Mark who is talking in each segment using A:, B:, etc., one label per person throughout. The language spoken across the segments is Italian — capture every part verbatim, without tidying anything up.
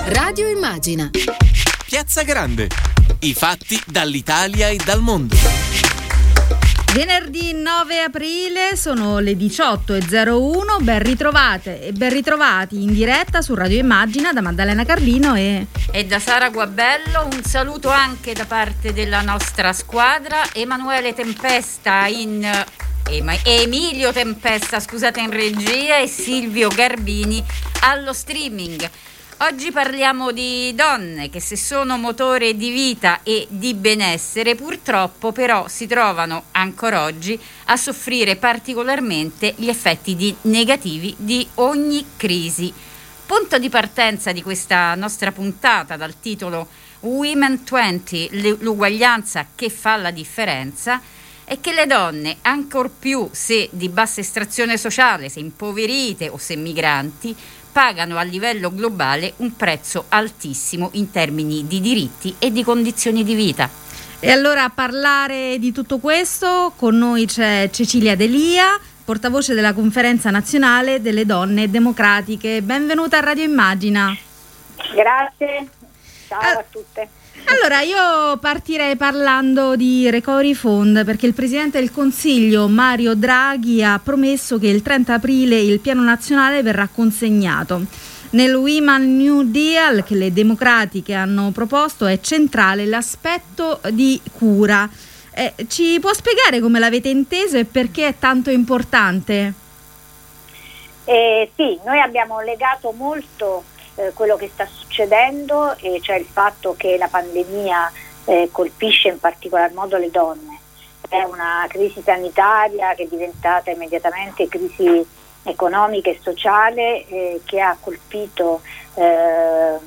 A: Radio Immagina.
B: Piazza Grande. I fatti dall'Italia e dal mondo.
C: Venerdì nove aprile, sono le diciotto e zero uno, ben ritrovate e ben ritrovati in diretta su Radio Immagina da Maddalena Carlino e...
D: e da Sara Guabello. Un saluto anche da parte della nostra squadra, Emanuele Tempesta in... Em- Emilio Tempesta, scusate, in regia, e Silvio Garbini allo streaming. Oggi parliamo di donne che, se sono motore di vita e di benessere, purtroppo però si trovano ancora oggi a soffrire particolarmente gli effetti di negativi di ogni crisi. Punto di partenza di questa nostra puntata dal titolo Women venti, l'uguaglianza che fa la differenza, è che le donne, ancor più se di bassa estrazione sociale, se impoverite o se migranti, pagano a livello globale un prezzo altissimo in termini di diritti e di condizioni di vita.
C: E allora, a parlare di tutto questo con noi c'è Cecilia Delia, portavoce della Conferenza Nazionale delle Donne Democratiche. Benvenuta a Radio Immagina.
E: Grazie, ciao
C: All-
E: a tutte.
C: Allora, io partirei parlando di Recovery Fund, perché il Presidente del Consiglio Mario Draghi ha promesso che il trenta aprile il piano nazionale verrà consegnato. Nel Women New Deal che le democratiche hanno proposto è centrale l'aspetto di cura. Eh, ci può spiegare come l'avete inteso e perché è tanto importante?
E: Eh, sì, noi abbiamo legato molto Eh, quello che sta succedendo, e cioè il fatto che la pandemia eh, colpisce in particolar modo le donne. È una crisi sanitaria che è diventata immediatamente crisi economica e sociale, eh, che ha colpito eh,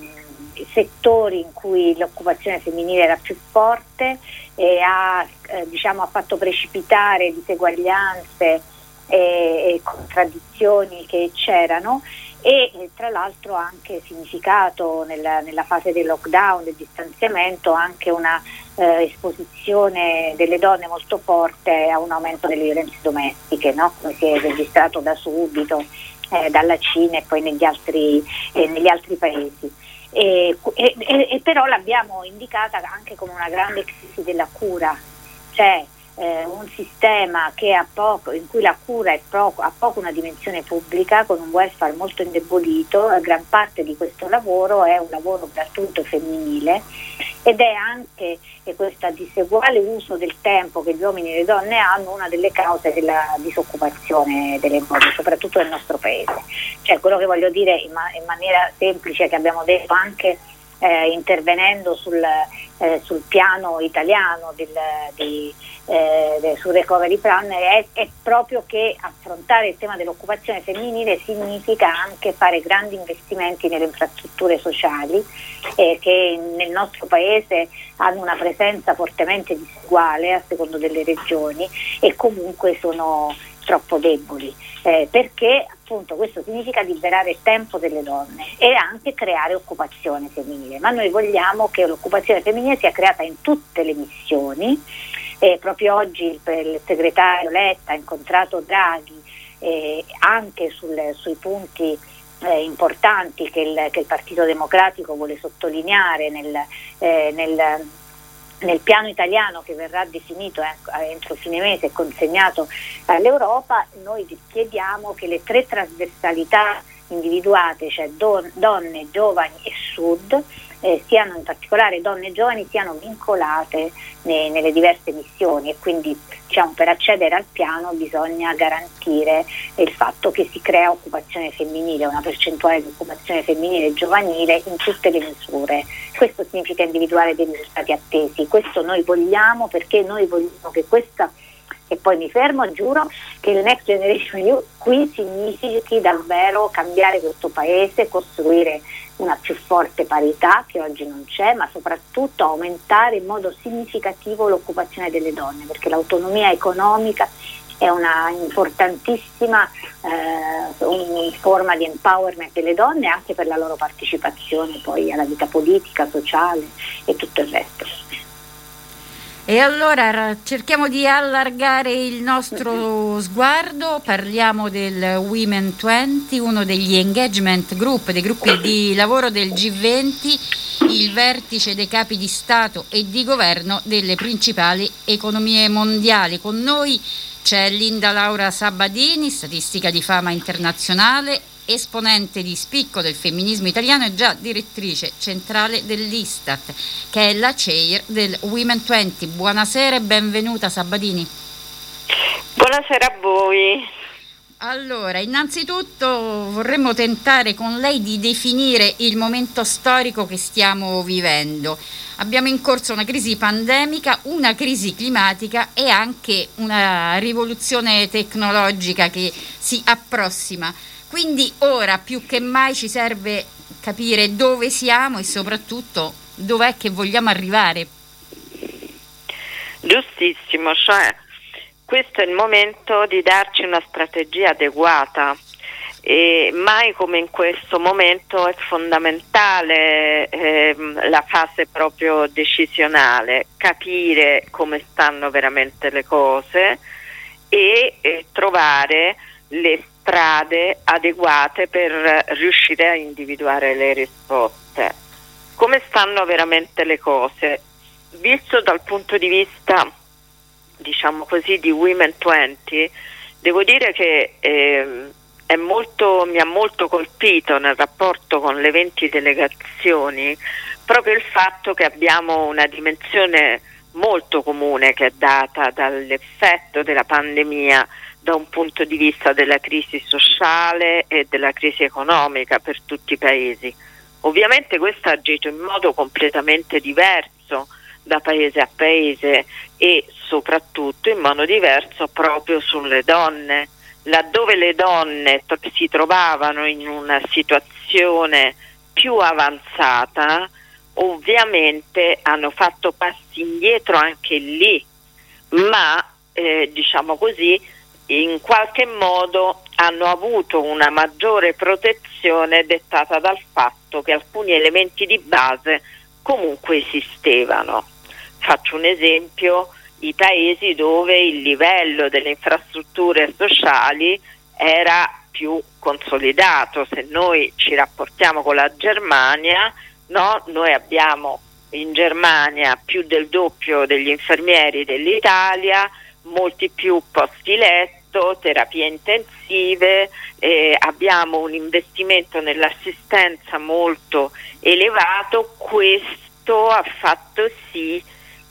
E: settori in cui l'occupazione femminile era più forte e ha, eh, diciamo, ha fatto precipitare diseguaglianze e, e contraddizioni che c'erano. E eh, tra l'altro ha anche significato nella, nella fase del lockdown, del distanziamento, anche una eh, esposizione delle donne molto forte a un aumento delle violenze domestiche, no? Come si è registrato da subito eh, dalla Cina e poi negli altri, eh, negli altri paesi. E, e, e però l'abbiamo indicata anche come una grande crisi della cura, cioè Eh, un sistema che ha poco, in cui la cura è poco, ha poco una dimensione pubblica, con un welfare molto indebolito. Gran parte di questo lavoro è un lavoro gratuito femminile, ed è anche e questo diseguale uso del tempo che gli uomini e le donne hanno una delle cause della disoccupazione delle donne, soprattutto nel nostro paese. Cioè, quello che voglio dire in, ma- in maniera semplice, che abbiamo detto anche eh, intervenendo sul, eh, sul piano italiano del, di Eh, sul recovery plan, è, è proprio che affrontare il tema dell'occupazione femminile significa anche fare grandi investimenti nelle infrastrutture sociali, eh, che nel nostro paese hanno una presenza fortemente diseguale a secondo delle regioni e comunque sono troppo deboli, eh, perché appunto questo significa liberare il tempo delle donne e anche creare occupazione femminile. Ma noi vogliamo che l'occupazione femminile sia creata in tutte le missioni. Eh, proprio oggi il, il segretario Letta ha incontrato Draghi eh, anche sul, sui punti eh, importanti che il, che il Partito Democratico vuole sottolineare nel, eh, nel, nel piano italiano che verrà definito eh, entro fine mese e consegnato all'Europa. Noi chiediamo che le tre trasversalità individuate, cioè don, donne, giovani e sud, Eh, siano in particolare donne e giovani, siano vincolate ne, nelle diverse missioni, e quindi, diciamo, per accedere al piano bisogna garantire il fatto che si crea occupazione femminile, una percentuale di occupazione femminile e giovanile in tutte le misure. Questo significa individuare dei risultati attesi. Questo noi vogliamo, perché noi vogliamo che questa, e poi mi fermo, giuro che il Next Generation E U qui significhi davvero cambiare questo paese, costruire una più forte parità che oggi non c'è, ma soprattutto aumentare in modo significativo l'occupazione delle donne, perché l'autonomia economica è una importantissima eh, un, forma di empowerment delle donne, anche per la loro partecipazione poi alla vita politica, sociale e tutto il resto.
D: E allora cerchiamo di allargare il nostro sguardo, parliamo del Women venti, uno degli engagement group, dei gruppi di lavoro del G venti, il vertice dei capi di Stato e di governo delle principali economie mondiali. Con noi c'è Linda Laura Sabadini, statistica di fama internazionale, esponente di spicco del femminismo italiano e già direttrice centrale dell'Istat, che è la chair del Women venti. Buonasera e benvenuta Sabadini.
A: Buonasera a voi.
D: Allora, innanzitutto vorremmo tentare con lei di definire il momento storico che stiamo vivendo. Abbiamo in corso una crisi pandemica, una crisi climatica e anche una rivoluzione tecnologica che si approssima. Quindi ora più che mai ci serve capire dove siamo e soprattutto dov'è che vogliamo arrivare.
A: Giustissimo, cioè questo è il momento di darci una strategia adeguata e mai come in questo momento è fondamentale ehm, la fase proprio decisionale, capire come stanno veramente le cose e eh, trovare le strade adeguate per riuscire a individuare le risposte. Come stanno veramente le cose? Visto dal punto di vista, diciamo così, di Women venti, devo dire che eh, è molto, mi ha molto colpito nel rapporto con le venti delegazioni proprio il fatto che abbiamo una dimensione molto comune che è data dall'effetto della pandemia da un punto di vista della crisi sociale e della crisi economica per tutti i paesi. Ovviamente questo ha agito in modo completamente diverso da paese a paese e soprattutto in modo diverso proprio sulle donne, laddove le donne si trovavano in una situazione più avanzata, ovviamente hanno fatto passi indietro anche lì, ma eh, diciamo così in qualche modo hanno avuto una maggiore protezione dettata dal fatto che alcuni elementi di base comunque esistevano. Faccio un esempio: i paesi dove il livello delle infrastrutture sociali era più consolidato. Se noi ci rapportiamo con la Germania, no, noi abbiamo in Germania più del doppio degli infermieri dell'Italia, molti più posti letto, terapie intensive, eh, abbiamo un investimento nell'assistenza molto elevato. Questo ha fatto sì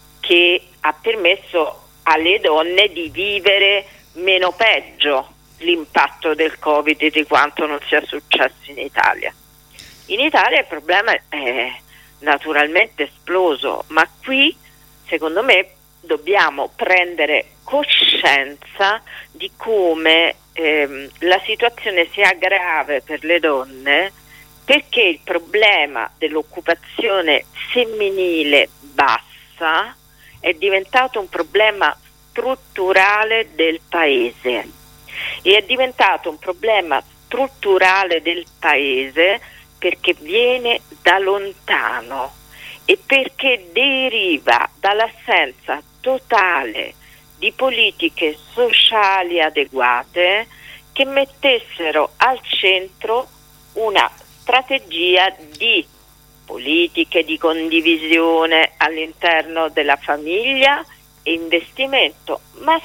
A: che ha permesso alle donne di vivere meno peggio l'impatto del Covid di quanto non sia successo in Italia. In Italia il problema è naturalmente esploso, ma qui secondo me dobbiamo prendere coscienza di come ehm, la situazione sia grave per le donne, perché il problema dell'occupazione femminile bassa è diventato un problema strutturale del paese e è diventato un problema strutturale del paese perché viene da lontano e perché deriva dall'assenza totale di politiche sociali adeguate che mettessero al centro una strategia di politiche di condivisione all'interno della famiglia e investimento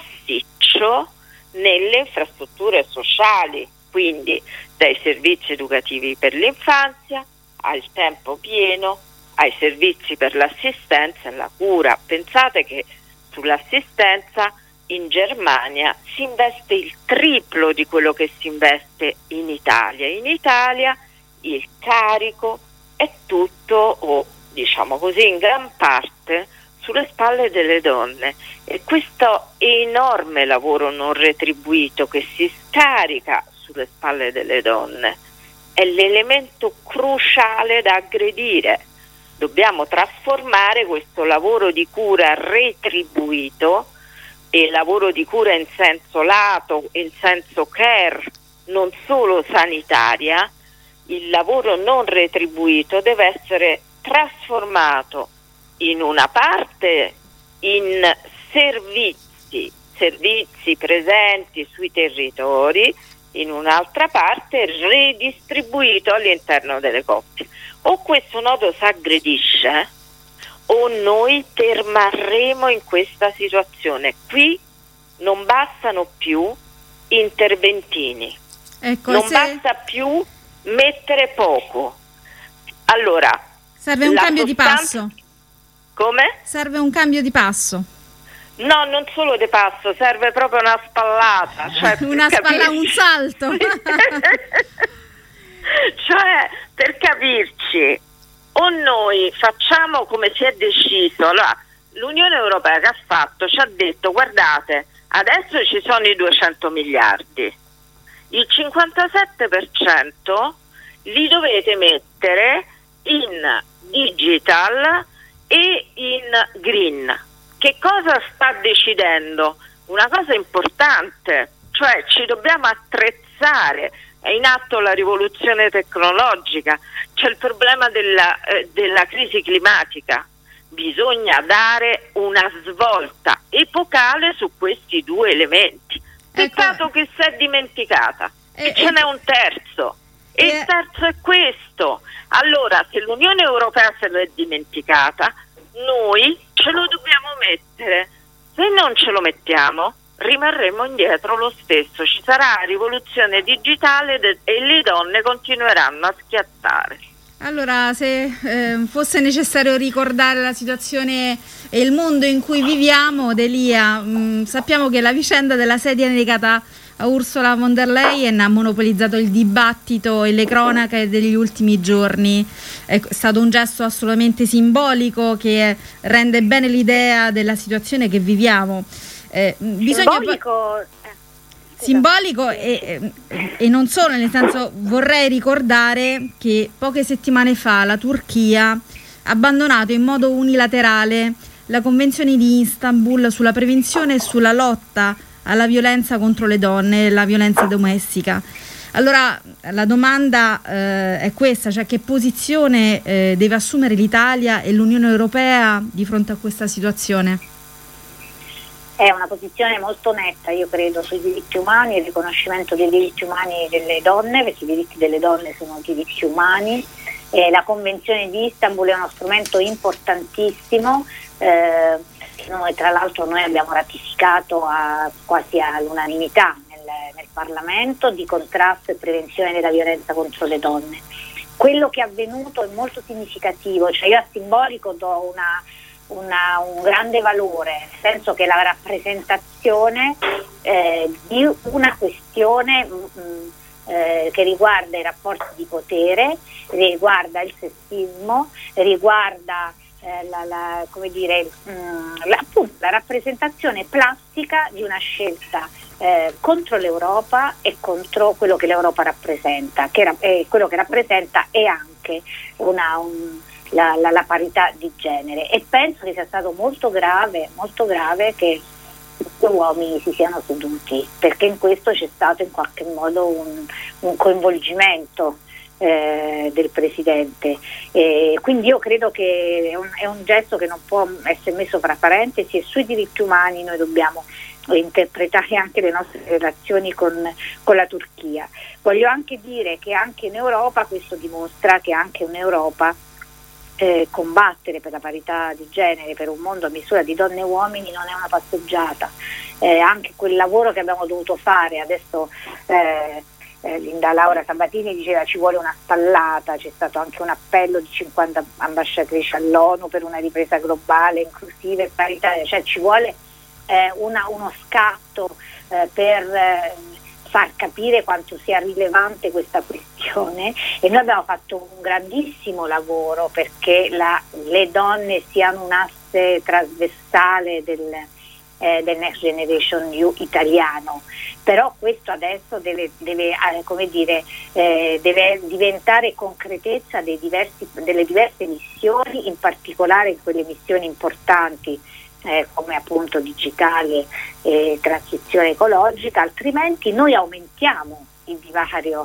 A: massiccio nelle infrastrutture sociali, quindi dai servizi educativi per l'infanzia al tempo pieno, ai servizi per l'assistenza e la cura. Pensate che sull'assistenza in Germania si investe il triplo di quello che si investe in Italia. In Italia il carico è tutto, o diciamo così in gran parte, sulle spalle delle donne, e questo enorme lavoro non retribuito che si scarica sulle spalle delle donne è l'elemento cruciale da aggredire. Dobbiamo trasformare questo lavoro di cura retribuito, e lavoro di cura in senso lato, in senso care, non solo sanitaria. Il lavoro non retribuito deve essere trasformato in una parte in servizi, servizi presenti sui territori, in un'altra parte redistribuito all'interno delle coppie. O questo nodo si aggredisce o noi permarremo in questa situazione. Qui non bastano più interventini,
C: ecco,
A: non
C: se...
A: basta più mettere poco. Allora
C: serve un cambio
A: sostanza...
C: di passo.
A: Come?
C: Serve un cambio di passo.
A: No, non solo di passo, serve proprio una spallata. Cioè,
C: una spalla, un salto.
A: Cioè, per capirci, o noi facciamo come si è deciso. Allora, l'Unione Europea che ha fatto ci ha detto: guardate, adesso ci sono i duecento miliardi, il cinquantasette per cento li dovete mettere in digital e in green. Che cosa sta decidendo? Una cosa importante, cioè ci dobbiamo attrezzare, è in atto la rivoluzione tecnologica, c'è il problema della, eh, della crisi climatica, bisogna dare una svolta epocale su questi due elementi. Peccato ecco. che si è dimenticata, e, ce e, n'è un terzo, e, e il terzo è questo. Allora, se l'Unione Europea se l'è dimenticata, noi ce lo dobbiamo mettere. Se non ce lo mettiamo, rimarremo indietro lo stesso. Ci sarà rivoluzione digitale de- e le donne continueranno a schiattare.
C: Allora, se eh, fosse necessario ricordare la situazione e il mondo in cui viviamo, Delia, mh, sappiamo che la vicenda della sedia negata a Ursula von der Leyen ha monopolizzato il dibattito e le cronache degli ultimi giorni. È stato un gesto assolutamente simbolico che rende bene l'idea della situazione che viviamo. Eh, bisogna
E: simbolico,
C: simbolico e, e non solo, nel senso, vorrei ricordare che poche settimane fa la Turchia ha abbandonato in modo unilaterale la Convenzione di Istanbul sulla prevenzione e sulla lotta alla violenza contro le donne e la violenza domestica. Allora la domanda eh, è questa, cioè che posizione eh, deve assumere l'Italia e l'Unione Europea di fronte a questa situazione?
E: È una posizione molto netta, io credo, sui diritti umani, il riconoscimento dei diritti umani delle donne, perché i diritti delle donne sono diritti umani. Eh, la Convenzione di Istanbul è uno strumento importantissimo, eh, noi, tra l'altro noi abbiamo ratificato a, quasi all'unanimità nel, nel Parlamento, di contrasto e prevenzione della violenza contro le donne. Quello che è avvenuto è molto significativo, cioè io a simbolico do una, una, un grande valore, nel senso che la rappresentazione eh, di una questione mh, eh, che riguarda i rapporti di potere, riguarda il sessismo, riguarda Eh, la, la, come dire, mh, la, appunto, la rappresentazione plastica di una scelta eh, contro l'Europa e contro quello che l'Europa rappresenta, che ra- eh, quello che rappresenta è anche una, un, la, la, la parità di genere, e penso che sia stato molto grave, molto grave che gli uomini si siano seduti, perché in questo c'è stato in qualche modo un, un coinvolgimento Eh, del Presidente, eh, quindi io credo che è un, è un gesto che non può essere messo fra parentesi, e sui diritti umani noi dobbiamo interpretare anche le nostre relazioni con, con la Turchia. Voglio anche dire che anche in Europa questo dimostra che anche in Europa eh, combattere per la parità di genere, per un mondo a misura di donne e uomini non è una passeggiata. Eh, anche quel lavoro che abbiamo dovuto fare adesso, eh, Eh, Linda Laura Sabatini diceva ci vuole una spallata, c'è stato anche un appello di cinquanta ambasciatrici all'ONU per una ripresa globale, inclusiva e paritaria, cioè ci vuole eh, una, uno scatto eh, per eh, far capire quanto sia rilevante questa questione, e noi abbiamo fatto un grandissimo lavoro perché la, le donne siano un asse trasversale del Eh, del Next Generation E U italiano, però questo adesso deve, deve eh, come dire, eh, deve diventare concretezza dei diversi, delle diverse missioni, in particolare in quelle missioni importanti eh, come appunto digitale e transizione ecologica, altrimenti noi aumentiamo il divario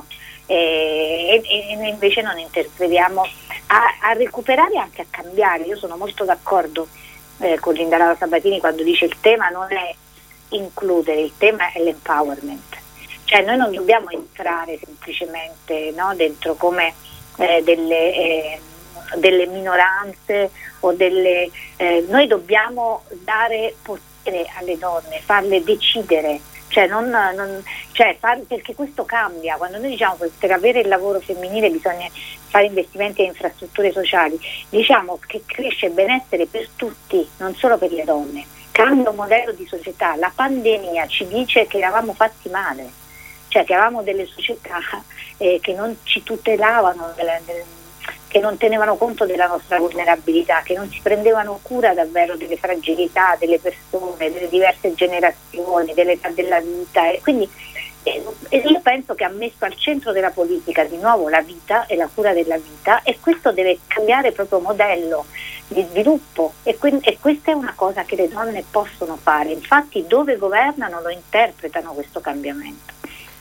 E: eh, e, e invece non interferiamo a, a recuperare e anche a cambiare. Io sono molto d'accordo eh, con Linda Sabatini quando dice il tema non è includere, il tema è l'empowerment. Cioè noi non dobbiamo entrare semplicemente, no, dentro come eh, delle, eh, delle minoranze o delle... Eh, noi dobbiamo dare potere alle donne, farle decidere, cioè, non, non, cioè far, perché questo cambia. Quando noi diciamo che per avere il lavoro femminile bisogna fare investimenti in infrastrutture sociali, diciamo che cresce benessere per tutti, non solo per le donne. Cambia un modello di società. La pandemia ci dice che eravamo fatti male, cioè che avevamo delle società eh, che non ci tutelavano, delle, delle, che non tenevano conto della nostra vulnerabilità, che non si prendevano cura davvero delle fragilità delle persone, delle diverse generazioni, dell'età della vita. E quindi eh, io penso che ha messo al centro della politica di nuovo la vita e la cura della vita, e questo deve cambiare proprio modello di sviluppo, e, que- e questa è una cosa che le donne possono fare. Infatti dove governano lo interpretano questo cambiamento.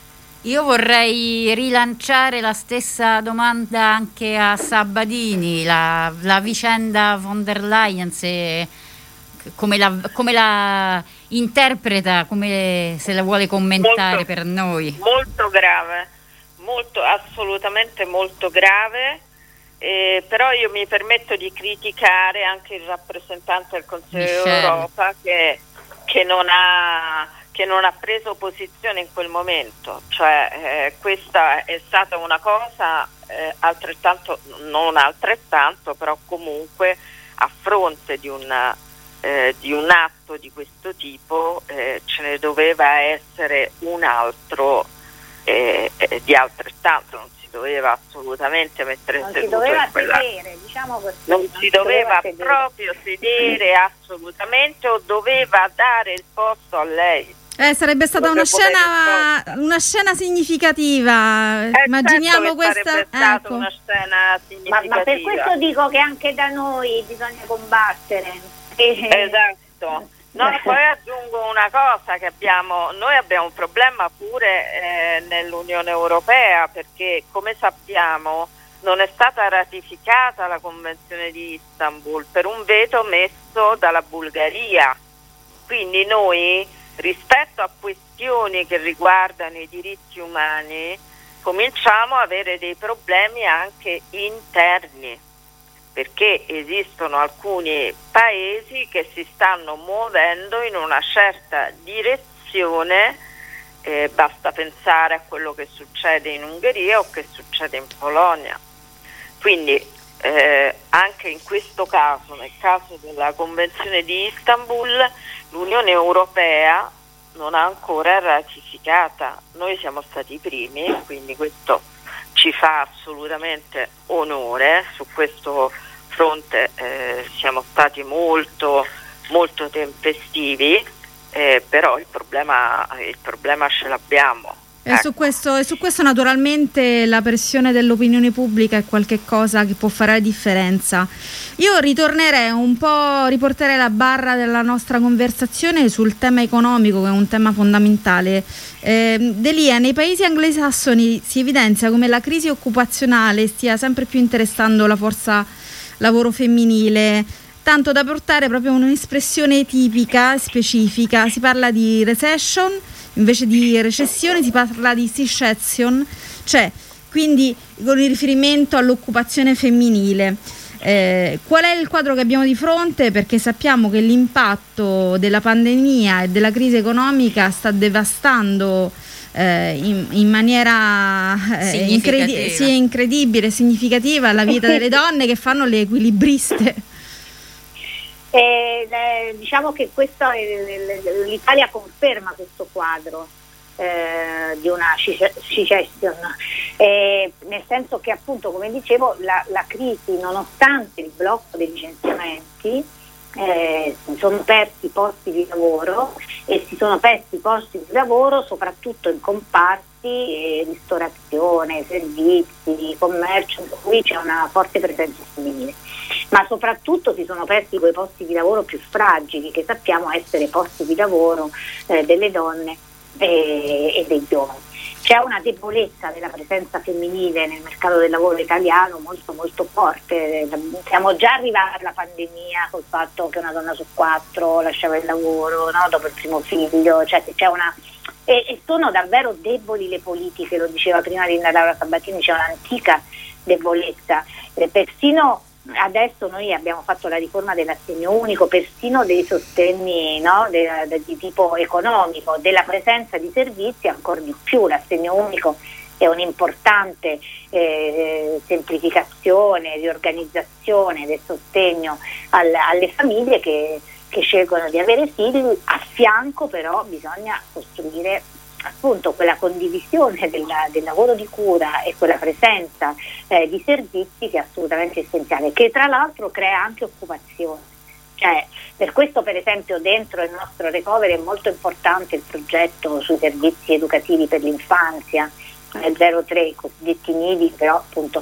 D: Io vorrei rilanciare la stessa domanda anche a Sabatini, la, la vicenda von der Leyen, se, come, la, come la interpreta, come se la vuole commentare molto, per noi.
A: Molto grave, molto, assolutamente molto grave, eh, però io mi permetto di criticare anche il rappresentante del Consiglio d'Europa che, che non ha... che non ha preso posizione in quel momento, cioè eh, questa è stata una cosa eh, altrettanto, non altrettanto, però comunque a fronte di, una, eh, di un atto di questo tipo eh, ce ne doveva essere un altro eh, eh, di altrettanto, non si doveva assolutamente mettere
E: non
A: seduto
E: si doveva
A: in quella...
E: sedere, diciamo così,
A: non, non si doveva,
E: doveva
A: proprio sedere assolutamente, o doveva dare il posto a lei.
C: Eh, sarebbe stata una scena, una scena significativa.
A: Eh,
C: Immaginiamo
A: certo
C: questa.
A: Sarebbe stata
C: ecco.
A: una scena significativa.
E: Ma, ma per questo dico che anche da noi bisogna combattere.
A: Esatto. No, poi aggiungo una cosa, che abbiamo, noi abbiamo un problema pure eh, nell'Unione Europea, perché come sappiamo non è stata ratificata la Convenzione di Istanbul per un veto messo dalla Bulgaria. Quindi noi, rispetto a questioni che riguardano i diritti umani, cominciamo a avere dei problemi anche interni, perché esistono alcuni paesi che si stanno muovendo in una certa direzione, eh, basta pensare a quello che succede in Ungheria o che succede in Polonia. Quindi eh, anche in questo caso, nel caso della Convenzione di Istanbul, l'Unione Europea non ha ancora ratificata. Noi siamo stati i primi, quindi questo ci fa assolutamente onore. Su questo fronte eh, siamo stati molto molto tempestivi, eh, però il problema, il problema ce l'abbiamo.
C: E ecco. su questo, e su questo naturalmente la pressione dell'opinione pubblica è qualche cosa che può fare la differenza. Io ritornerei un po', riporterei la barra della nostra conversazione sul tema economico, che è un tema fondamentale. Eh, Delia, nei paesi anglosassoni si evidenzia come la crisi occupazionale stia sempre più interessando la forza lavoro femminile, tanto da portare proprio un'espressione tipica, specifica. Si parla di recession, invece di recessione si parla di secession, cioè quindi con il riferimento all'occupazione femminile. Eh, qual è il quadro che abbiamo di fronte? Perché sappiamo che l'impatto della pandemia e della crisi economica sta devastando eh, in, in maniera eh, incredi- sì, incredibile, significativa la vita delle donne che fanno le equilibriste.
E: Eh, le, diciamo che questo è, l'Italia conferma questo quadro eh, di una secession, eh, nel senso che appunto, come dicevo, la, la crisi, nonostante il blocco dei licenziamenti, eh, si sono persi posti di lavoro, e si sono persi posti di lavoro soprattutto in comparti eh, ristorazione, servizi, commercio, in cui c'è una forte presenza femminile. Ma soprattutto si sono persi quei posti di lavoro più fragili, che sappiamo essere posti di lavoro eh, delle donne e, e degli uomini. c'è una debolezza della presenza femminile nel mercato del lavoro italiano molto molto forte. Siamo già arrivati alla pandemia col fatto che una donna su quattro lasciava il lavoro, no? Dopo il primo figlio, cioè c'è una e, e sono davvero deboli le politiche, lo diceva prima Linda Laura Sabatini, c'è un'antica debolezza, eh, persino adesso noi abbiamo fatto la riforma dell'assegno unico, persino dei sostegni, no, de, de, di tipo economico, della presenza di servizi ancora di più. L'assegno unico è un'importante eh, semplificazione, riorganizzazione del sostegno al, alle famiglie che, che scelgono di avere figli. A fianco però bisogna costruire appunto quella condivisione della, del lavoro di cura e quella presenza eh, di servizi che è assolutamente essenziale, che tra l'altro crea anche occupazione. Cioè, per questo per esempio dentro il nostro recovery è molto importante il progetto sui servizi educativi per l'infanzia, eh, zero tre, i cosiddetti nidi, però appunto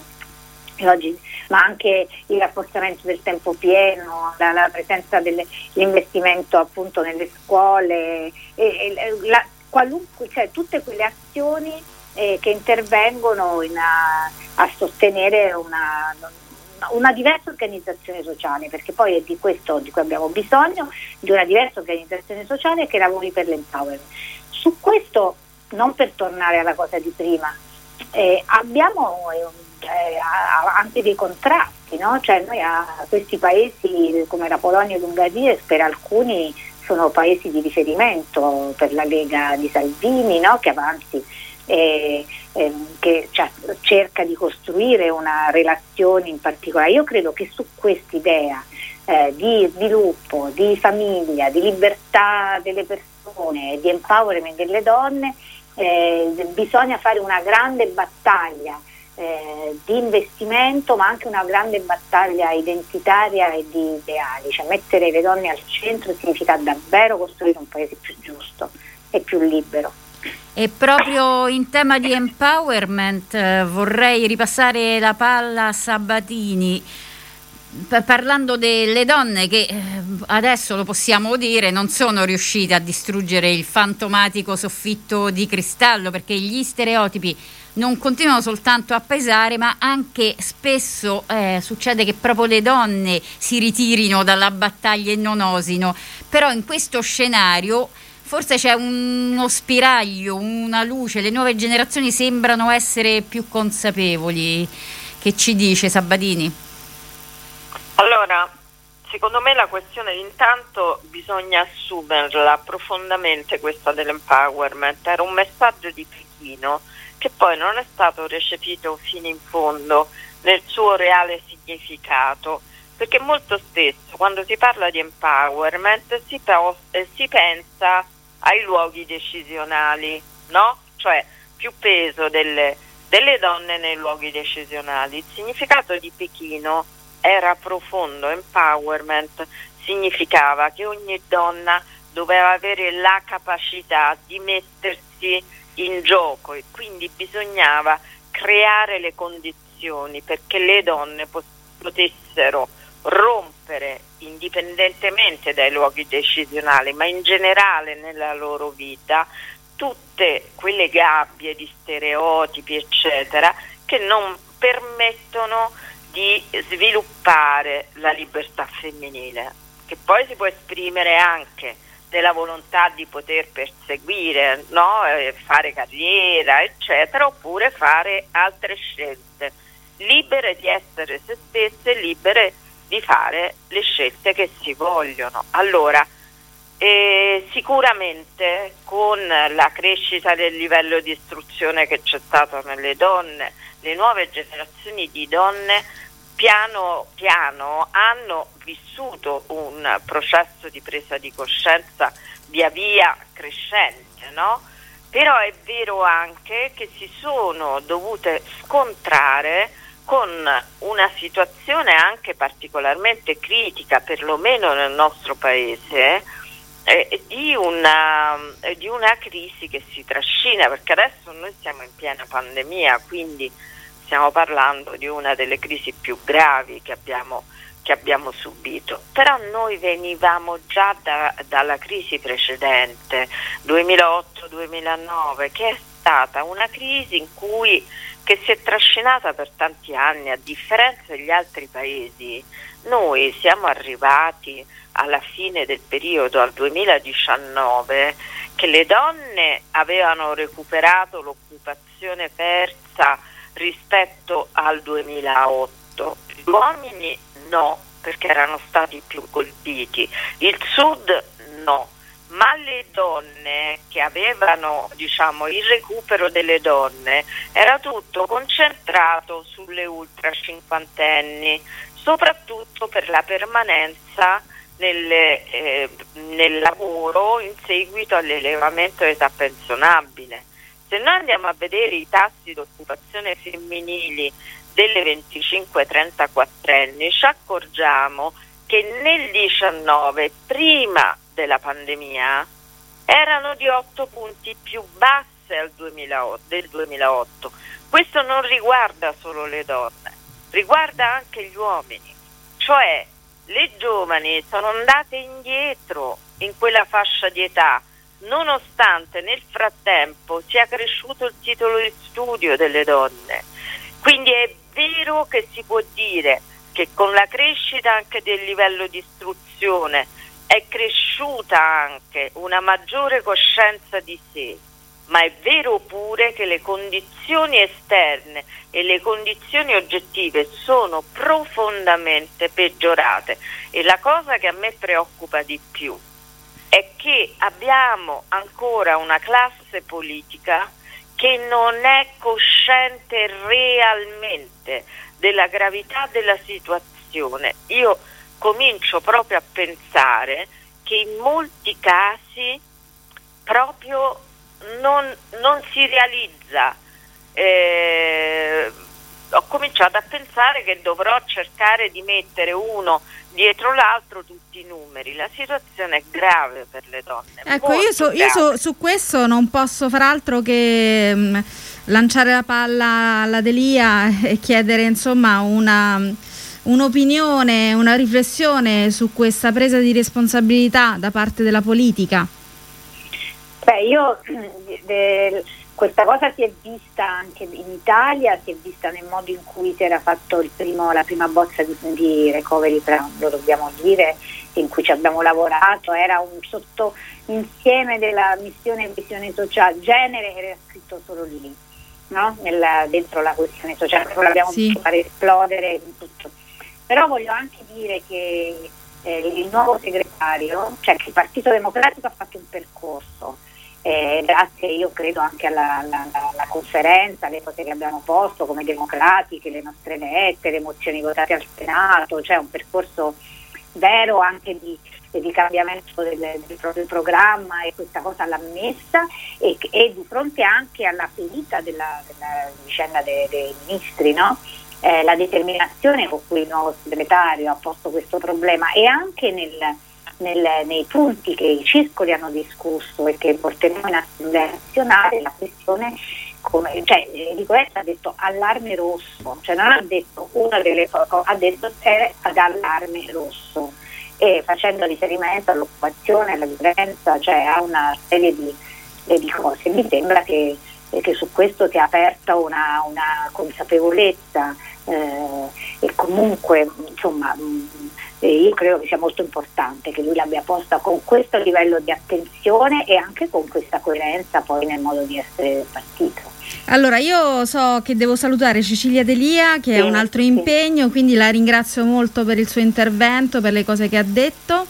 E: oggi, ma anche il rafforzamento del tempo pieno, la, la presenza dell'investimento appunto nelle scuole, e, e, la, qualunque, cioè tutte quelle azioni eh, che intervengono in a, a sostenere una, una diversa organizzazione sociale, perché poi è di questo di cui abbiamo bisogno, di una diversa organizzazione sociale che lavori per l'empowerment. Su questo, non per tornare alla cosa di prima, eh, abbiamo eh, anche dei contrasti, no? Cioè noi a questi paesi come la Polonia e l'Ungheria, per alcuni sono paesi di riferimento per la Lega di Salvini, no? Che avanzi eh, eh, che cioè, cerca di costruire una relazione in particolare. Io credo che su quest'idea eh, di sviluppo, di famiglia, di libertà delle persone, di empowerment delle donne, eh, bisogna fare una grande battaglia Eh, di investimento, ma anche una grande battaglia identitaria e di ideali. Cioè mettere le donne al centro significa davvero costruire un paese più giusto e più libero.
D: E proprio in tema di empowerment eh, vorrei ripassare la palla a Sabatini, P- parlando delle donne che eh, adesso lo possiamo dire non sono riuscite a distruggere il fantomatico soffitto di cristallo, perché gli stereotipi non continuano soltanto a pesare, ma anche spesso eh, succede che proprio le donne si ritirino dalla battaglia e non osino. Però in questo scenario forse c'è uno spiraglio, una luce, le nuove generazioni sembrano essere più consapevoli. Che ci dice Sabatini?
A: Allora, secondo me la questione intanto bisogna assumerla profondamente, questa dell'empowerment. Era un messaggio di Pechino che poi non è stato recepito fino in fondo nel suo reale significato, perché molto spesso quando si parla di empowerment si, po- eh, si pensa ai luoghi decisionali, no? Cioè più peso delle, delle donne nei luoghi decisionali. Il significato di Pechino era profondo. Empowerment significava che ogni donna doveva avere la capacità di mettersi in gioco e quindi bisognava creare le condizioni perché le donne potessero rompere, indipendentemente dai luoghi decisionali, ma in generale nella loro vita, tutte quelle gabbie di stereotipi eccetera che non permettono di sviluppare la libertà femminile, che poi si può esprimere anche della volontà di poter perseguire, no? eh, fare carriera eccetera, oppure fare altre scelte, libere di essere se stesse, libere di fare le scelte che si vogliono. Allora eh, sicuramente con la crescita del livello di istruzione che c'è stato nelle donne, le nuove generazioni di donne piano piano hanno vissuto un processo di presa di coscienza via via crescente, no? Però è vero anche che si sono dovute scontrare con una situazione anche particolarmente critica, perlomeno nel nostro paese, eh, di, una, eh, di una crisi che si trascina, perché adesso noi siamo in piena pandemia, quindi stiamo parlando di una delle crisi più gravi che abbiamo, che abbiamo subito. Però noi venivamo già da, dalla crisi precedente, duemilaotto duemilanove, che è stata una crisi in cui, che si è trascinata per tanti anni. A differenza degli altri paesi, noi siamo arrivati alla fine del periodo, al duemiladiciannove, che le donne avevano recuperato l'occupazione persa rispetto al duemilaotto, gli uomini no, perché erano stati più colpiti, il sud no, ma le donne che avevano, diciamo, il recupero delle donne era tutto concentrato sulle ultra cinquantenni, soprattutto per la permanenza nel, eh, nel lavoro in seguito all'elevamento dell'età pensionabile. Se noi andiamo a vedere i tassi di occupazione femminili delle venticinque trentaquattrenni, ci accorgiamo che nel diciannove, prima della pandemia, erano di otto punti più basse al duemilaotto, del duemilaotto. Questo non riguarda solo le donne, riguarda anche gli uomini, cioè le giovani sono andate indietro in quella fascia di età, nonostante nel frattempo sia cresciuto il titolo di studio delle donne. Quindi è vero che si può dire che con la crescita anche del livello di istruzione è cresciuta anche una maggiore coscienza di sé, ma è vero pure che le condizioni esterne e le condizioni oggettive sono profondamente peggiorate, e la cosa che a me preoccupa di più è che abbiamo ancora una classe politica che non è cosciente realmente della gravità della situazione. Io comincio proprio a pensare che in molti casi proprio non, non si realizza. Eh, ho cominciato a pensare che dovrò cercare di mettere uno dietro l'altro tutti i numeri. La situazione è grave per le donne.
C: Ecco, io, so, io so, su questo non posso far altro che mh, lanciare la palla alla Delia e chiedere insomma una, un'opinione, una riflessione su questa presa di responsabilità da parte della politica.
E: Beh, io de, questa cosa si è vista anche in Italia, si è vista nel modo in cui si era fatto il primo, la prima bozza di, di recovery plan, lo dobbiamo dire, in cui ci abbiamo lavorato. Era un sottoinsieme della missione e visione sociale, genere era scritto solo lì, no? Nella, dentro la questione sociale, poi l'abbiamo
C: sì.
E: visto fare esplodere in tutto. Però voglio anche dire che eh, il nuovo segretario, cioè che il Partito Democratico ha fatto un percorso, Eh, grazie io credo anche alla, alla, alla conferenza, alle cose che abbiamo posto come democratiche, le nostre lettere, le mozioni votate al Senato, cioè un percorso vero anche di, di cambiamento del, del proprio programma, e questa cosa l'ha messa, e, e di fronte anche alla ferita della, della vicenda dei, dei ministri, no? Eh, la determinazione con cui il nuovo segretario ha posto questo problema, e anche nel Nel, nei punti che i circoli hanno discusso e che porteremo in Assemblea nazionale, la questione, come, cioè Ricoetta ha detto allarme rosso, cioè non ha detto una delle cose, ha detto è ad allarme rosso, e facendo riferimento all'occupazione, alla violenza, cioè a una serie di, di cose. Mi sembra che, che su questo sia aperta una, una consapevolezza eh, e comunque insomma io credo che sia molto importante che lui l'abbia posta con questo livello di attenzione e anche con questa coerenza poi nel modo di essere del partito.
C: Allora, io so che devo salutare Cecilia Delia, che
E: sì,
C: ha un altro
E: sì.
C: impegno, quindi la ringrazio molto per il suo intervento, per le cose che ha detto.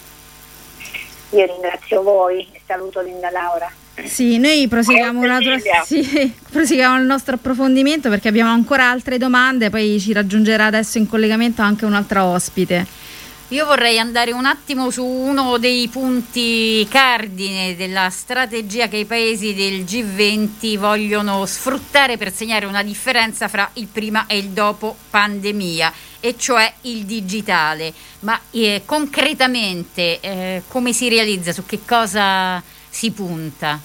E: Io ringrazio voi e saluto Linda Laura.
C: Sì, noi proseguiamo, una tua... sì, proseguiamo il nostro approfondimento perché abbiamo ancora altre domande, poi ci raggiungerà adesso in collegamento anche un'altra ospite.
D: Io vorrei andare un attimo su uno dei punti cardine della strategia che i paesi del G venti vogliono sfruttare per segnare una differenza fra il prima e il dopo pandemia, e cioè il digitale. Ma eh, concretamente eh, come si realizza? Su che cosa si punta?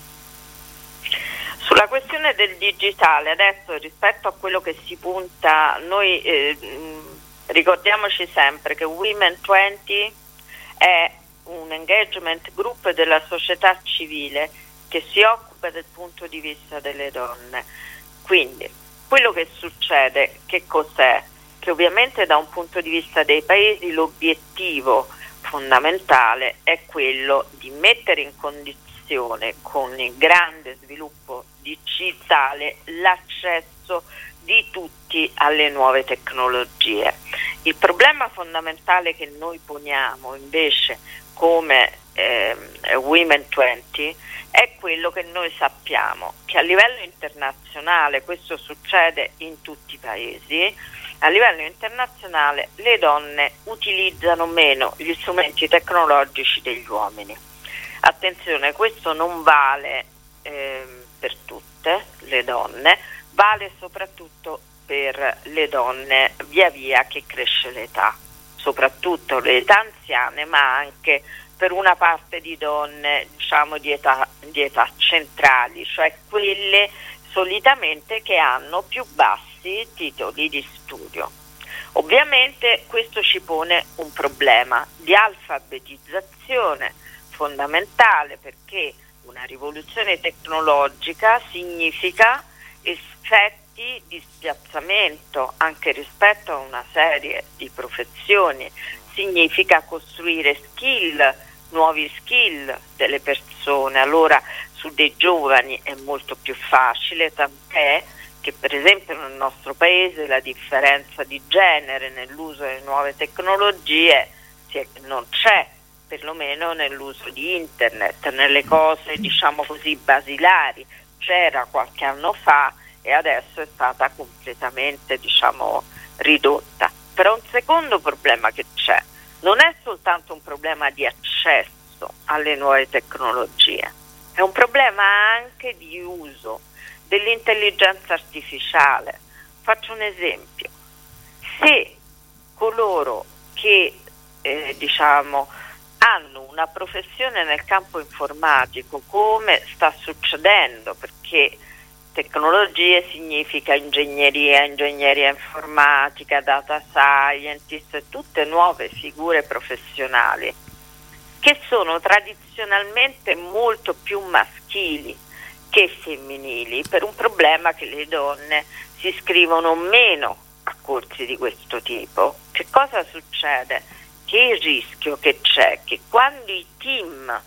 A: Sulla questione del digitale, adesso rispetto a quello che si punta, noi eh, ricordiamoci sempre che Women venti è un engagement group della società civile che si occupa preoccupa dal punto di vista delle donne. Quindi quello che succede, che cos'è? Che ovviamente da un punto di vista dei paesi l'obiettivo fondamentale è quello di mettere in condizione, con il grande sviluppo digitale, l'accesso di tutti alle nuove tecnologie. Il problema fondamentale che noi poniamo invece come eh, Women venti è quello che noi sappiamo, che a livello internazionale, questo succede in tutti i paesi, a livello internazionale le donne utilizzano meno gli strumenti tecnologici degli uomini. Attenzione, questo non vale eh, per tutte le donne, vale soprattutto per le donne via via che cresce l'età, soprattutto le età anziane, ma anche per una parte di donne, diciamo, di età, di età centrali, cioè quelle solitamente che hanno più bassi titoli di studio. Ovviamente questo ci pone un problema di alfabetizzazione fondamentale, perché una rivoluzione tecnologica significa effetti di spiazzamento anche rispetto a una serie di professioni, significa costruire skill, nuovi skill delle persone. Allora su dei giovani è molto più facile, tant'è che per esempio nel nostro paese la differenza di genere nell'uso delle nuove tecnologie non c'è, perlomeno nell'uso di internet, nelle cose diciamo così basilari. C'era qualche anno fa e adesso è stata completamente diciamo ridotta. Però un secondo problema che c'è non è soltanto un problema di accesso alle nuove tecnologie, è un problema anche di uso dell'intelligenza artificiale. Faccio un esempio: se coloro che eh, diciamo hanno una professione nel campo informatico, come sta succedendo, perché tecnologie significa ingegneria, ingegneria informatica, data scientist, tutte nuove figure professionali che sono tradizionalmente molto più maschili che femminili, per un problema che le donne si iscrivono meno a corsi di questo tipo. Che cosa succede? Che il rischio che c'è che quando i team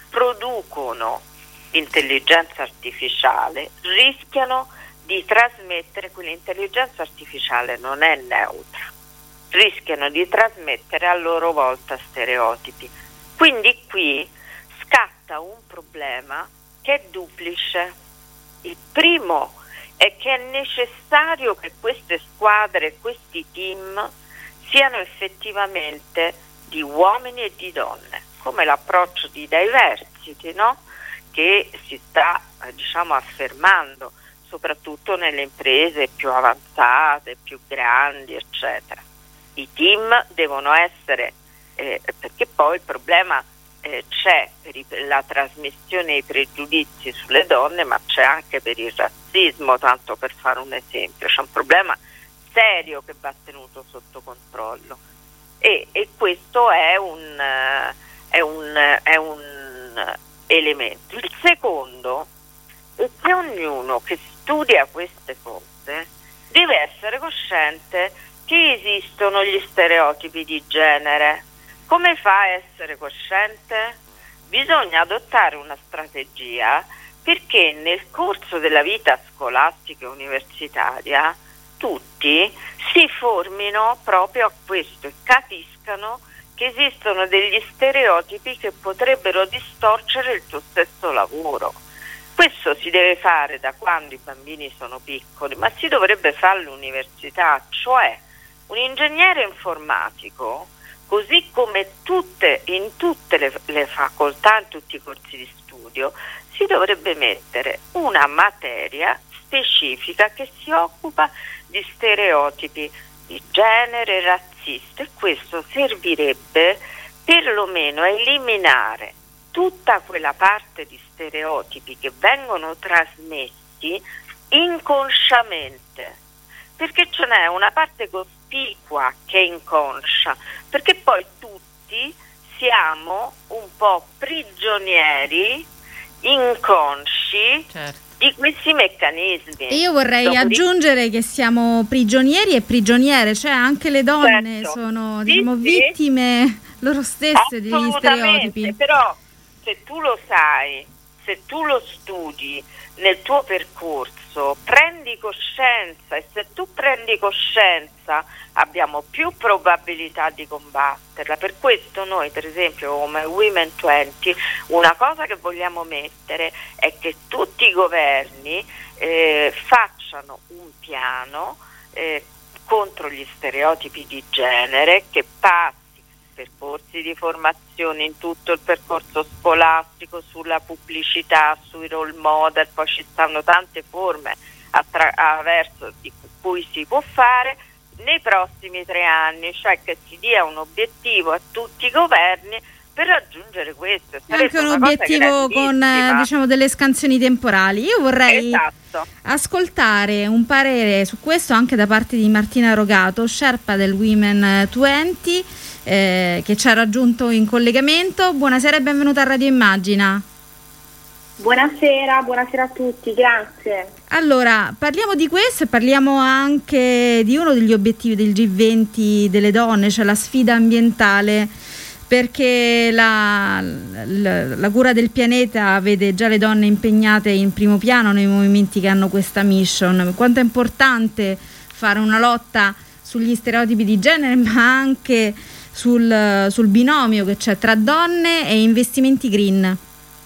A: producono intelligenza artificiale rischiano di trasmettere, quell'intelligenza artificiale non è neutra, rischiano di trasmettere a loro volta stereotipi. Quindi qui scatta un problema che è duplice. Il primo è che è necessario che queste squadre, questi team siano effettivamente di uomini e di donne, come l'approccio di diversity, no? Che si sta eh, diciamo affermando soprattutto nelle imprese più avanzate, più grandi, eccetera. I team devono essere, eh, perché poi il problema eh, c'è per i, la trasmissione dei pregiudizi sulle donne, ma c'è anche per il razzismo, tanto per fare un esempio. C'è un problema serio che va tenuto sotto controllo e, e questo è un, è un, è un elemento. Il secondo è che ognuno che studia queste cose deve essere cosciente che esistono gli stereotipi di genere. Come fa a essere cosciente? Bisogna adottare una strategia perché nel corso della vita scolastica e universitaria tutti si formino proprio a questo e capiscano che esistono degli stereotipi che potrebbero distorcere il tuo stesso lavoro. Questo si deve fare da quando i bambini sono piccoli, ma si dovrebbe fare all'università, cioè un ingegnere informatico, così come tutte, in tutte le, le facoltà, in tutti i corsi di studio, si dovrebbe mettere una materia specifica che si occupa di stereotipi di genere, razzisti, e questo servirebbe perlomeno a eliminare tutta quella parte di stereotipi che vengono trasmessi inconsciamente, perché ce n'è una parte cospicua che è inconscia, perché poi tutti siamo un po' prigionieri inconsci
D: certo.
A: di questi meccanismi.
C: E io vorrei
A: Dopodiché,
C: aggiungere che siamo prigionieri e prigioniere, cioè anche le donne
A: certo,
C: sono
A: sì,
C: diciamo,
A: sì.
C: vittime loro stesse degli
A: Assolutamente,
C: stereotipi.
A: però se tu lo sai, se tu lo studi nel tuo percorso, prendi coscienza, e se tu prendi coscienza abbiamo più probabilità di combatterla. Per questo noi, per esempio, come Women venti, una cosa che vogliamo mettere è che tutti i governi eh, facciano un piano eh, contro gli stereotipi di genere, che passi percorsi di formazione in tutto il percorso scolastico, sulla pubblicità, sui role model, poi ci stanno tante forme attraverso di cui si può fare nei prossimi tre anni, cioè che si dia un obiettivo a tutti i governi per raggiungere questo.
C: Anche un obiettivo con eh, diciamo delle scansioni temporali. Io vorrei
A: esatto.
C: ascoltare un parere su questo anche da parte di Martina Rogato, sherpa del Women venti, eh, che ci ha raggiunto in collegamento. Buonasera e benvenuta a Radio Immagina.
E: Buonasera, buonasera a tutti, grazie.
C: Allora, parliamo di questo e parliamo anche di uno degli obiettivi del G venti delle donne, cioè la sfida ambientale, perché la, la, la cura del pianeta vede già le donne impegnate in primo piano nei movimenti che hanno questa mission. Quanto è importante fare una lotta sugli stereotipi di genere, ma anche sul, sul binomio che c'è tra donne e investimenti green.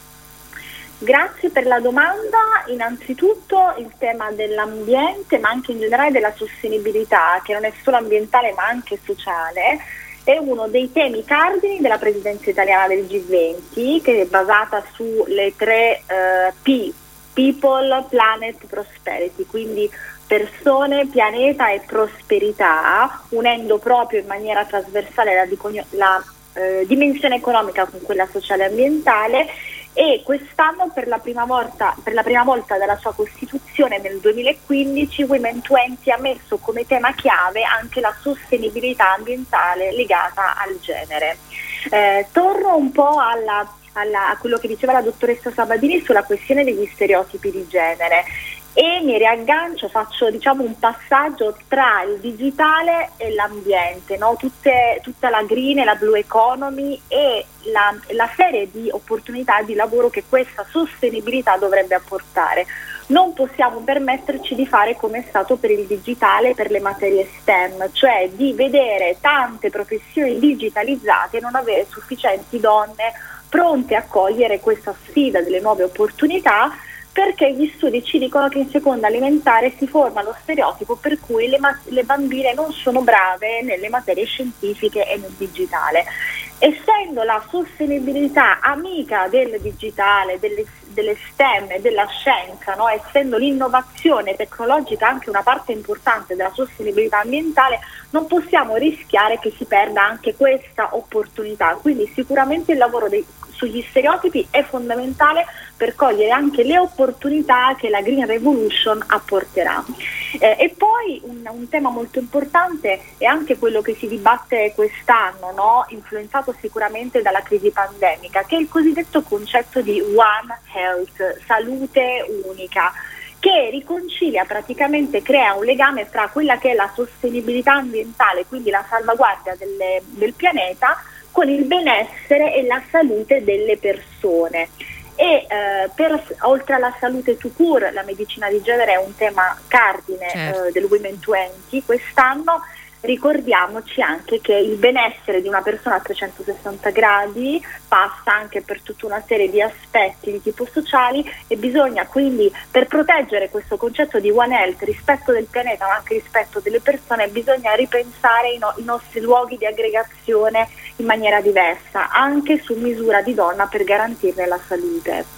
E: Grazie per la domanda. Innanzitutto il tema dell'ambiente, ma anche in generale della sostenibilità, che non è solo ambientale ma anche sociale, è uno dei temi cardini della presidenza italiana del G venti, che è basata sulle tre eh, P, People, Planet, Prosperity, quindi persone, pianeta e prosperità, unendo proprio in maniera trasversale la, diconio- la eh, dimensione economica con quella sociale e ambientale. E quest'anno per la prima volta, per la prima volta dalla sua costituzione nel duemilaquindici, Women venti ha messo come tema chiave anche la sostenibilità ambientale legata al genere. Eh, torno un po' alla, alla, a quello che diceva la dottoressa Sabadini sulla questione degli stereotipi di genere. E mi riaggancio, faccio diciamo un passaggio tra il digitale e l'ambiente, no? Tutte, tutta la green e la blue economy e la, la serie di opportunità di lavoro che questa sostenibilità dovrebbe apportare. Non possiamo permetterci di fare come è stato per il digitale e per le materie STEM, cioè di vedere tante professioni digitalizzate e non avere sufficienti donne pronte a cogliere questa sfida delle nuove opportunità, perché gli studi ci dicono che in seconda elementare si forma lo stereotipo per cui le, ma- le bambine non sono brave nelle materie scientifiche e nel digitale. Essendo la sostenibilità amica del digitale, delle, delle STEM e della scienza, no? Essendo l'innovazione tecnologica anche una parte importante della sostenibilità ambientale, non possiamo rischiare che si perda anche questa opportunità. Quindi sicuramente il lavoro dei sugli stereotipi è fondamentale per cogliere anche le opportunità che la Green Revolution apporterà. Eh, e poi un, un tema molto importante è anche quello che si dibatte quest'anno, no? Influenzato sicuramente dalla crisi pandemica, che è il cosiddetto concetto di One Health, salute unica, che riconcilia, praticamente crea un legame tra quella che è la sostenibilità ambientale, quindi la salvaguardia delle, del pianeta, con il benessere e la salute delle persone. E eh, per, oltre alla salute tout court, la medicina di genere è un tema cardine, certo, eh, del Women venti. Quest'anno ricordiamoci anche che il benessere di una persona a trecentosessanta gradi passa anche per tutta una serie di aspetti di tipo sociali, e bisogna quindi, per proteggere questo concetto di One Health, rispetto del pianeta ma anche rispetto delle persone, bisogna ripensare i, no- i nostri luoghi di aggregazione in maniera diversa, anche su misura di donna, per garantirne la salute.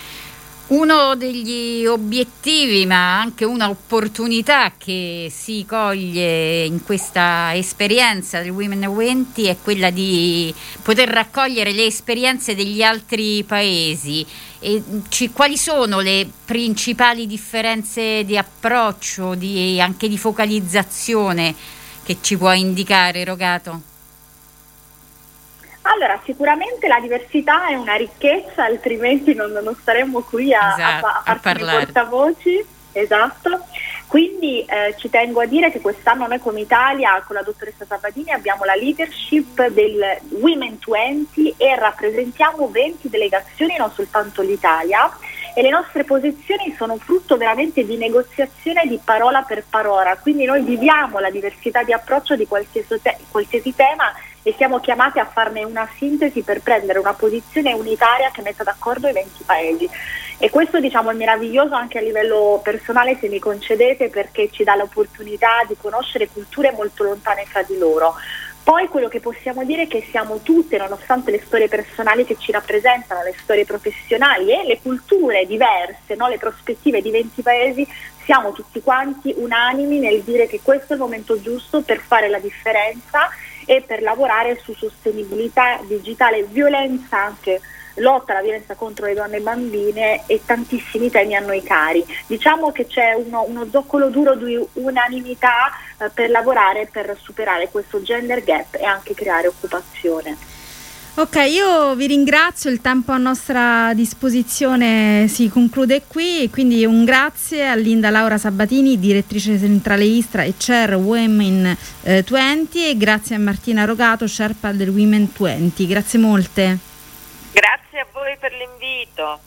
D: Uno degli obiettivi, ma anche una opportunità che si coglie in questa esperienza del Women venti, è quella di poter raccogliere le esperienze degli altri paesi. E ci, quali sono le principali differenze di approccio, di, anche di focalizzazione, che ci può indicare, Rogato?
E: Allora, sicuramente la diversità è una ricchezza, altrimenti non, non staremmo qui a,
D: esatto,
E: a, a,
D: a parlare.
E: Portavoci. Esatto. Quindi eh, ci tengo a dire che quest'anno noi come Italia, con la dottoressa Sabatini, abbiamo la leadership del Women venti e rappresentiamo venti delegazioni, non soltanto l'Italia, e le nostre posizioni sono frutto veramente di negoziazione di parola per parola, quindi noi viviamo la diversità di approccio di qualsiasi, te- qualsiasi tema e siamo chiamati a farne una sintesi per prendere una posizione unitaria che metta d'accordo i venti paesi. E questo, diciamo, è meraviglioso anche a livello personale, se mi concedete, perché ci dà l'opportunità di conoscere culture molto lontane fra di loro. Poi quello che possiamo dire è che siamo tutte, nonostante le storie personali che ci rappresentano, le storie professionali e le culture diverse, no? Le prospettive di venti paesi, siamo tutti quanti unanimi nel dire che questo è il momento giusto per fare la differenza e per lavorare su sostenibilità digitale, violenza, anche lotta alla violenza contro le donne e bambine e tantissimi temi a noi cari. Diciamo che c'è uno, uno zoccolo duro di unanimità eh, per lavorare per superare questo gender gap e anche creare occupazione.
C: Ok, io vi ringrazio, il tempo a nostra disposizione si conclude qui, quindi un grazie a Linda Laura Sabatini, direttrice centrale Istra e Chair Women eh, venti, e grazie a Martina Rogato, Sherpa del Women venti. Grazie molte.
A: Grazie a voi per l'invito.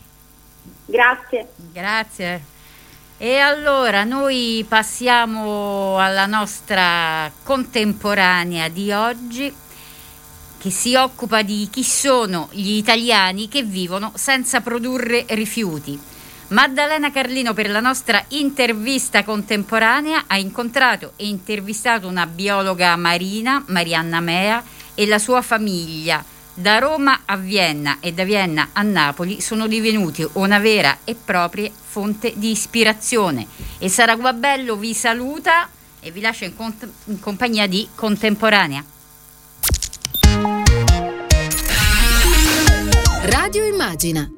E: Grazie.
D: Grazie. E allora noi passiamo alla nostra contemporanea di oggi, che si occupa di chi sono gli italiani che vivono senza produrre rifiuti. Maddalena Carlino, per la nostra intervista contemporanea, ha incontrato e intervistato una biologa marina, Marianna Mea, e la sua famiglia. Da Roma a Vienna e da Vienna a Napoli sono divenuti una vera e propria fonte di ispirazione. E Sara Guabello vi saluta e vi lascia in, cont- in compagnia di Contemporanea.
F: Radio Immagina.